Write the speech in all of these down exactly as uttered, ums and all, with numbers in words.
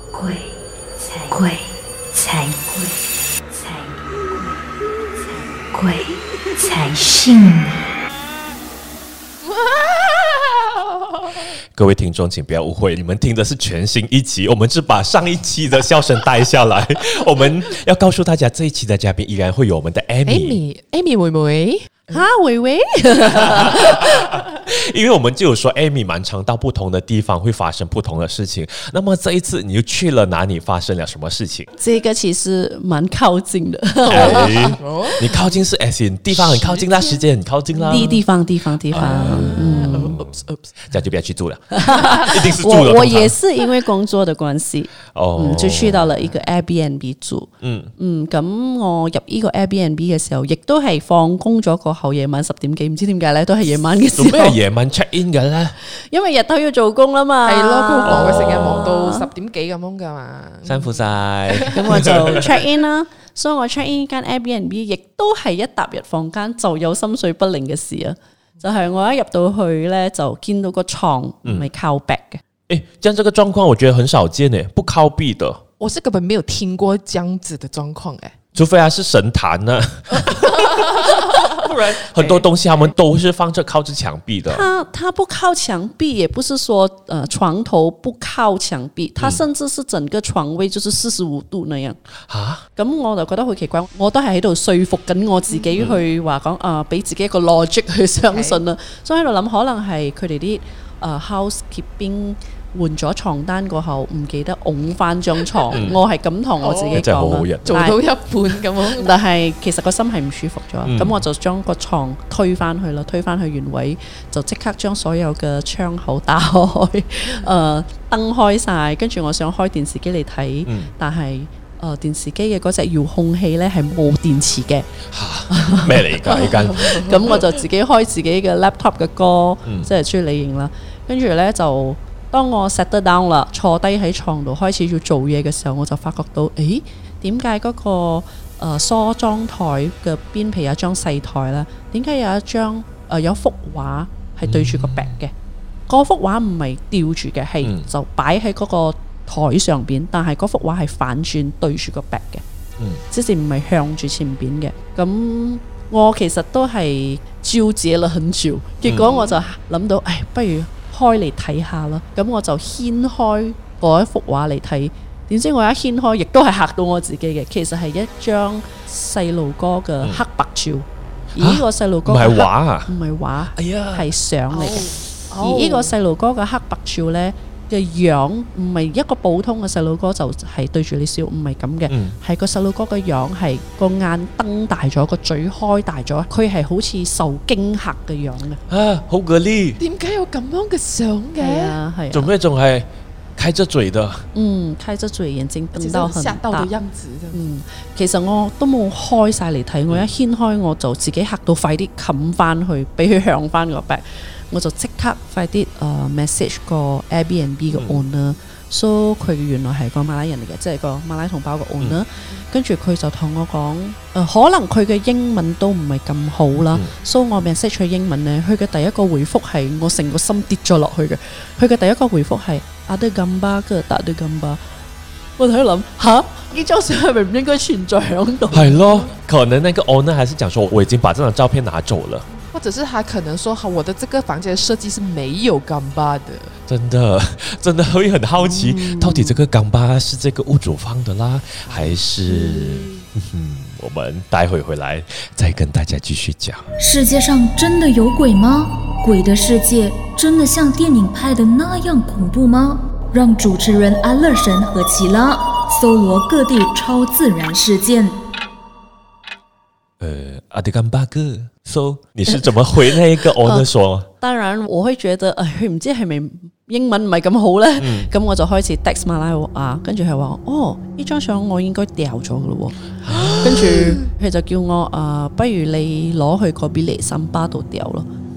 鬼才鬼才鬼才鬼才信你。 各位听众请不要误会，你们听的是全新一期，我们是把上一期的笑声带下来。我们要告诉大家，这一期的嘉宾依然会有我们的 Amy Amy Amy 妹妹哈，伟伟， 因为我们就有说 Amy 蛮常到不同的地方会发生不同的事情。那么这一次你又去了哪里，发生了什么事情？ 这个其实蛮靠近的。 哎，你靠近是 S in 地方很靠近啦，时间很靠近啦。 地地方地方地方，嗯， 这样就不要去住了，一定是住的。 我我也是因为工作的关系， 哦、 嗯，就去到了一个 Airbnb 住。嗯嗯，咁我入呢個 Airbnb 嘅時候，亦都係放工咗過後夜晚十點幾，唔知點解咧，都係夜晚嘅時候。 做咩係夜晚 check in 嘅咧？ 因為日頭要做工啦嘛。 係咯，佢好忙嘅，成日忙到十點幾咁樣噶嘛。 辛苦晒。 咁我就 check in 啦，所以我 check in 間 Airbnb 亦都係一踏入房間就有心水不寧嘅事啊！就係、是、我一入到去咧，就見到個床唔係靠壁嘅。 誒、嗯，這樣這個狀況我覺得很少見誒，不靠壁的。 我是根本沒有聽過這樣子的狀況誒， 除非它是神壇呢。不然很多東西他們都是放着靠着牆壁的。 它它不靠牆壁，也不是說呃床頭不靠牆壁，它甚至是整個床位就是四十五度那樣。嚇！咁我就覺得好奇怪，我都係喺度說服緊我自己去話講啊，俾自己一個 logic 去相信啦。所以喺度諗，可能係佢哋啲誒 housekeeping。換咗床單過後唔記得擁翻張床，嗯、我係咁同我自己講啦， 做到一半咁樣。 但係其實個心係唔舒服咗，咁、嗯、我就將個床推翻去啦，推翻去原位，就即刻將所有嘅窗口打開，誒、呃、燈開晒，跟住我想開電視機嚟睇，嗯、但係誒、呃、電視機嘅嗰隻遙控器咧係冇電池嘅。 嚇咩嚟㗎？呢間咁我就自己開自己嘅 laptop 嘅歌，嗯、即係朱麗瑩啦，跟住咧就。當我 set down 啦，坐低喺床度開始要做嘢嘅時候，我就發覺到，誒點解嗰個、呃、梳妝台嘅邊皮有一張細台咧？點解有一張誒、呃、有幅畫係對住個壁嘅？嗰、嗯、幅畫唔係吊住嘅，係、嗯、就擺喺嗰個台上邊，但係嗰幅畫係反轉對住個壁嘅，嗯、即是唔係向住前邊嘅。咁我其實都係糾結了很久，結果我就諗到，誒不如開嚟睇下啦，咁我就掀開嗰一幅畫嚟睇，點知我一掀開，亦都係嚇到我自己嘅。其實係一張細路哥嘅黑白照，嗯、而呢個細路哥唔係畫啊，唔係畫，哎呀，係相嚟嘅。哦、而呢個細路哥嘅黑白照呢嘅樣唔係一個普通嘅細路哥就係對住你笑，唔係咁嘅，係、嗯、個細路哥嘅樣係個眼瞪大咗，個嘴開大咗，佢係好似受驚嚇嘅樣嘅。 啊，好嗰啲點解有咁樣嘅相嘅？係啊係啊， 做咩仲係開着嘴的？嗯， 開着嘴，眼睛瞪到很大， 嚇到嘅樣子。 嗯，其實我都冇開晒嚟睇，我一掀開我就自己嚇到快啲冚翻去，俾佢向翻個壁。我就即刻快啲誒、uh, message 個 Airbnb 嘅 owner，so 佢原來係個馬拉人嚟嘅，即係個馬拉同胞嘅 owner。跟住佢就同我講，誒、呃、可能佢嘅英文都唔係咁好啦，嗯、so 我 message 佢英文咧，佢嘅第一個回覆係我成個心跌咗落去嘅。佢嘅第一個回覆係 ada gambar嘅，ada gambar。我喺度諗吓，呢張相係咪唔應該存在喺度？ 係咯，可能那個 owner 還是講說我已經把這張照片拿走了。 或者是他可能說我的這個房間的設計是沒有鋼巴的。 真的真的會很好奇、嗯、到底這個鋼巴是這個屋主放的啦還是、嗯嗯、我們待會回來再跟大家繼續講。 世界上真的有鬼嗎？鬼的世界真的像電影拍的那樣恐怖嗎？讓主持人安樂神和奇拉搜羅各地超自然事件。 呃，阿迪甘巴哥 ，so 你是怎麼回那一個 owner 說、呃？ 當然我會覺得，誒，佢唔知係咪英文唔係咁好咧？咁、嗯、我就開始 text 馬拉啊，跟住佢話，哦，呢張相我應該掉咗噶咯，跟住佢就叫我啊、呃，不如你攞去個比利森巴度掉咯。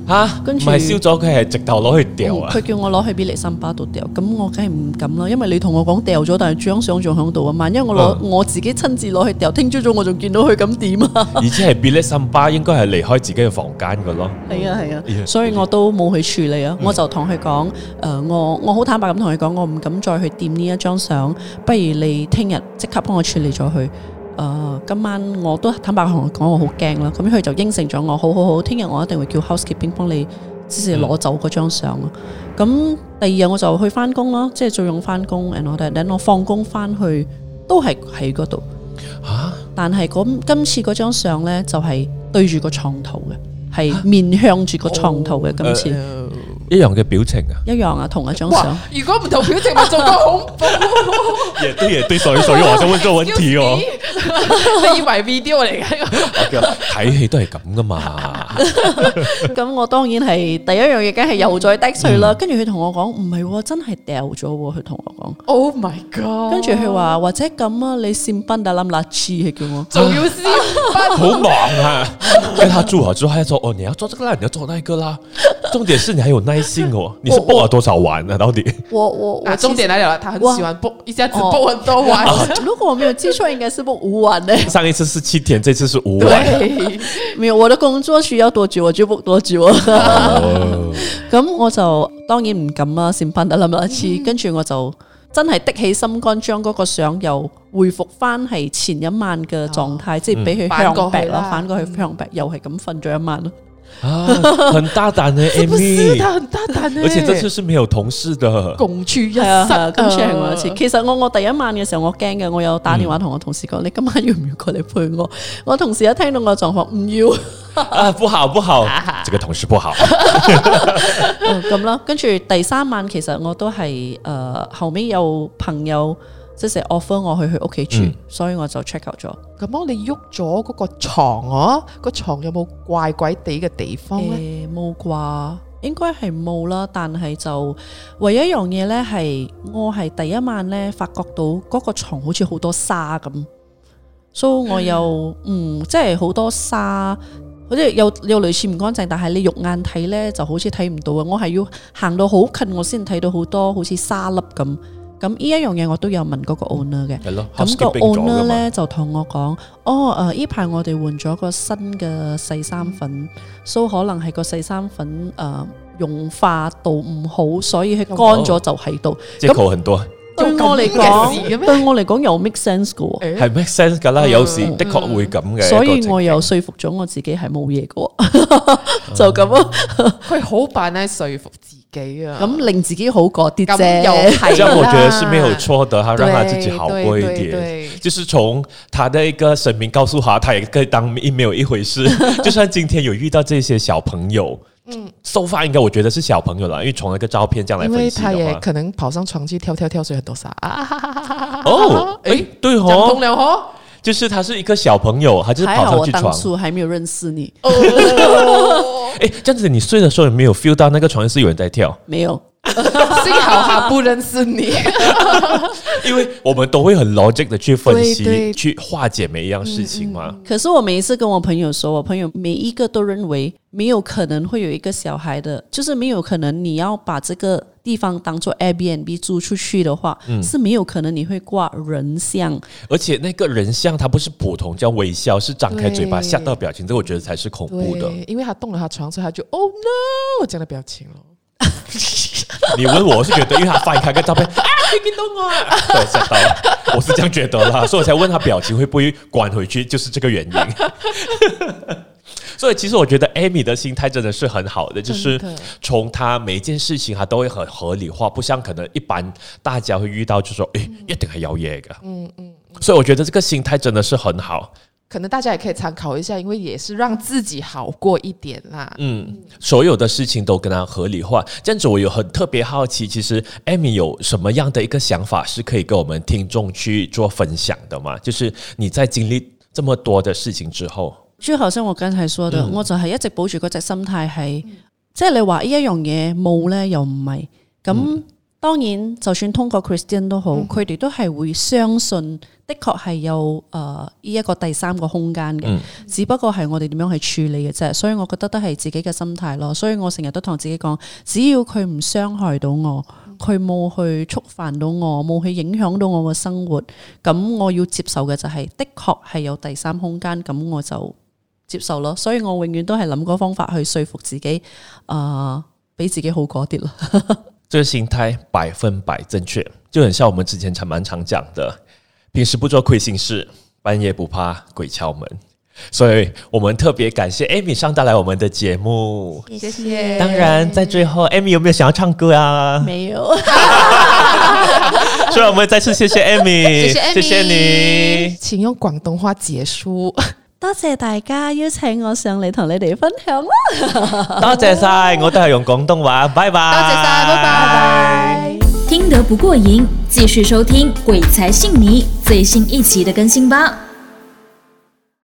嚇， 跟住唔係燒咗佢係直頭攞去掉啊！ 佢叫我攞去比利森巴度掉，咁我梗係唔敢啦，因為你同我講掉咗，但係張相仲喺度啊嘛，因為我攞、嗯、我自己親自攞去掉，聽朝早我仲見到佢咁點啊！ 而且係比利森巴應該係離開自己嘅房間嘅咯。 係啊係啊，啊所以我都冇去處理啊，嗯、我就同佢講，誒、呃、我我好坦白咁同佢講，我唔敢再去掂呢一張相，不如你聽日即刻幫我處理咗佢。誒、呃，今晚我都坦白同佢講，我好驚啦。咁佢就應承咗我，好好好，聽日我一定會叫 housekeeping 幫你，只是攞走嗰張相咯。咁、嗯、第二日我就去翻工啦，即係做用翻工，然後等我放工翻去都係喺嗰度。嚇！但係今次嗰張相咧就係、是、對住個床頭嘅，係面向住個床頭嘅。哦、今次。呃一樣嘅表情啊， 一樣啊，同一張相。 如果唔同表情咪仲更恐怖。 也對，也對，所以所以我就問這個問題哦。 你以為 video 嚟嘅？ 睇戲都係咁噶嘛。 咁我當然係第一樣嘢，梗係又再滴水啦。跟住佢同我講，唔係，真係掉咗。佢同我講 ，Oh my god！ 跟住佢話或者咁啊，你先搬得冧垃圾，佢叫我。 仲要先搬， 好忙啊！跟他住好之後，他就說：哦，你要做這個啦，你要做那個啦。重點是你還有耐心哦，你是 book 了多少晚啊？到底？ 我我我、 啊、重點來了，他很喜歡 book，一下子 book 很多晚。 哦、如果我沒有記錯，應該是 book 五晚呢。 上一次是七天，這次是五晚。 對， 沒有，我的工作需要多久我就 book 多久。哦，咁我就當然唔敢啦，先搬得冧一次，跟住我就真係的起心肝，將嗰個相又恢復翻係前一晚嘅狀態，哦、即係俾佢向白咯，反過去向白，又係咁瞓咗一晚咯。 啊，很大膽呢 Amy， 他很大膽呢， 而且這次是沒有同事的， 共處一室。 今次係我一次。其實我我第一晚嘅時候我驚嘅，我有打電話同我同事講，嗯、你今晚要唔要過嚟陪我？我同事一聽到我狀況，唔要啊，不好不好，這個同事不好。 咁啦，跟住第三晚其實我都係誒、呃、後尾有朋友。即係 offer 我去佢屋企住，嗯、所以我就 check out 咗。 咁樣你喐咗嗰個床啊？個床有冇怪怪地嘅地方咧？ 冇啩、欸，應該係冇啦。但係就唯一一樣嘢咧，係我係第一晚咧發覺到嗰個床好似好多沙咁，所以我又嗯，即係好多沙，好似有有類似唔乾淨，但係你肉眼睇咧就好似睇唔到啊！我係要行到好近，我先睇到好多好似沙粒咁。咁呢一樣嘢我都有問嗰個 owner 嘅，咁個 owner 咧就同我講，哦，誒呢排我哋換咗個新嘅洗衫粉，所以可能係個洗衫粉誒溶化度唔好，所以佢乾咗就喺度。 借口很多。 對我嚟講，對我嚟講又 make sense 嘅喎， 係 make sense 㗎啦，有時的確會咁嘅。 所以我又說服咗我自己係冇嘢嘅，就咁咯。 佢好扮咧說服自己啊， 咁令自己好過啲啫。 這樣我覺得是沒有錯的，他讓他自己好過一點。就是從他的一個聲明告訴他，他也可以當沒有一回事。就算今天有遇到這些小朋友。嗯，收發應該我覺得是小朋友啦，因為從那個照片這樣來分析的話，因為他也可能跑上床去跳跳跳，所以很多沙。 哦，誒，對哦， 講通了哦， 就是他是一個小朋友，他就是跑上去床。 還好我當初還沒有認識你。 哦， 誒，這樣子你睡的時候有沒有 feel 到那個床是有人在跳？ 沒有。 幸好他不認識你， 因為我們都會很 logic 的去分析，去化解每一樣事情嘛。 嗯嗯、可是我每一次跟我朋友說，我朋友每一個都認為沒有可能會有一個小孩的，就是沒有可能你要把這個地方當做 Airbnb 租出去的話，嗯、是沒有可能你會掛人像，而且那個人像它不是普通叫微笑，是張開嘴巴嚇到表情，這我覺得才是恐怖的。 因為他動了他床，所以他就 Oh no 這樣的表情咯。 你問我，我是覺得，因為他翻開個照片啊，你見到我啊，對，嚇到，我是這樣覺得啦，所以我才問他表情會不會關回去，就是這個原因。所以其實我覺得 Amy 的心態真的是很好的，就是從他每一件事情，他都會很合理化，不像可能一般大家會遇到，就說誒，一定係有嘢㗎。嗯嗯，所以我覺得這個心態真的是很好。 可能大家也可以參考一下，因為也是讓自己好過一點啦。嗯， 所有的事情都跟他合理化，這樣子我有很特別好奇，其實 Amy 有什麼樣的一個想法是可以跟我們聽眾去做分享的嗎？就是你在經歷這麼多的事情之後， 就好像我剛才說的，嗯、我就係一直保住嗰隻心態係，即係、嗯、你話呢一樣嘢冇咧，又唔係咁。 當然就算通過 Christian 都好，佢哋、嗯、都係會相信的確係有誒呢一個第三個空間嘅，嗯、只不過係我哋點樣去處理嘅啫。所以我覺得都係自己嘅心態咯。所以我成日都同自己講，只要佢唔傷害到我，佢冇去觸犯到我，冇去影響到我嘅生活，咁我要接受嘅就係、是、的確係有第三空間，咁我就接受咯。所以我永遠都係諗個方法去說服自己，誒、呃，俾自己好過啲咯。 這個心態百分百正確，就很像我們之前常蠻常講的，平時不做虧心事，半夜不怕鬼敲門。所以我們特別感謝 Amy 上到來我們的節目， 謝謝。 當然在最後 Amy 有沒有想要唱歌啊？ 沒有。 所以我們再次謝謝 Amy， 謝謝 Amy， 謝謝你， 請用廣東話結束。 多謝大家邀請我上嚟同你哋分享啦。 多謝晒，我都係用廣東話，拜拜。 多謝晒，拜拜。 聽得不過癮，繼續收聽《鬼才信你》最新一期的更新吧。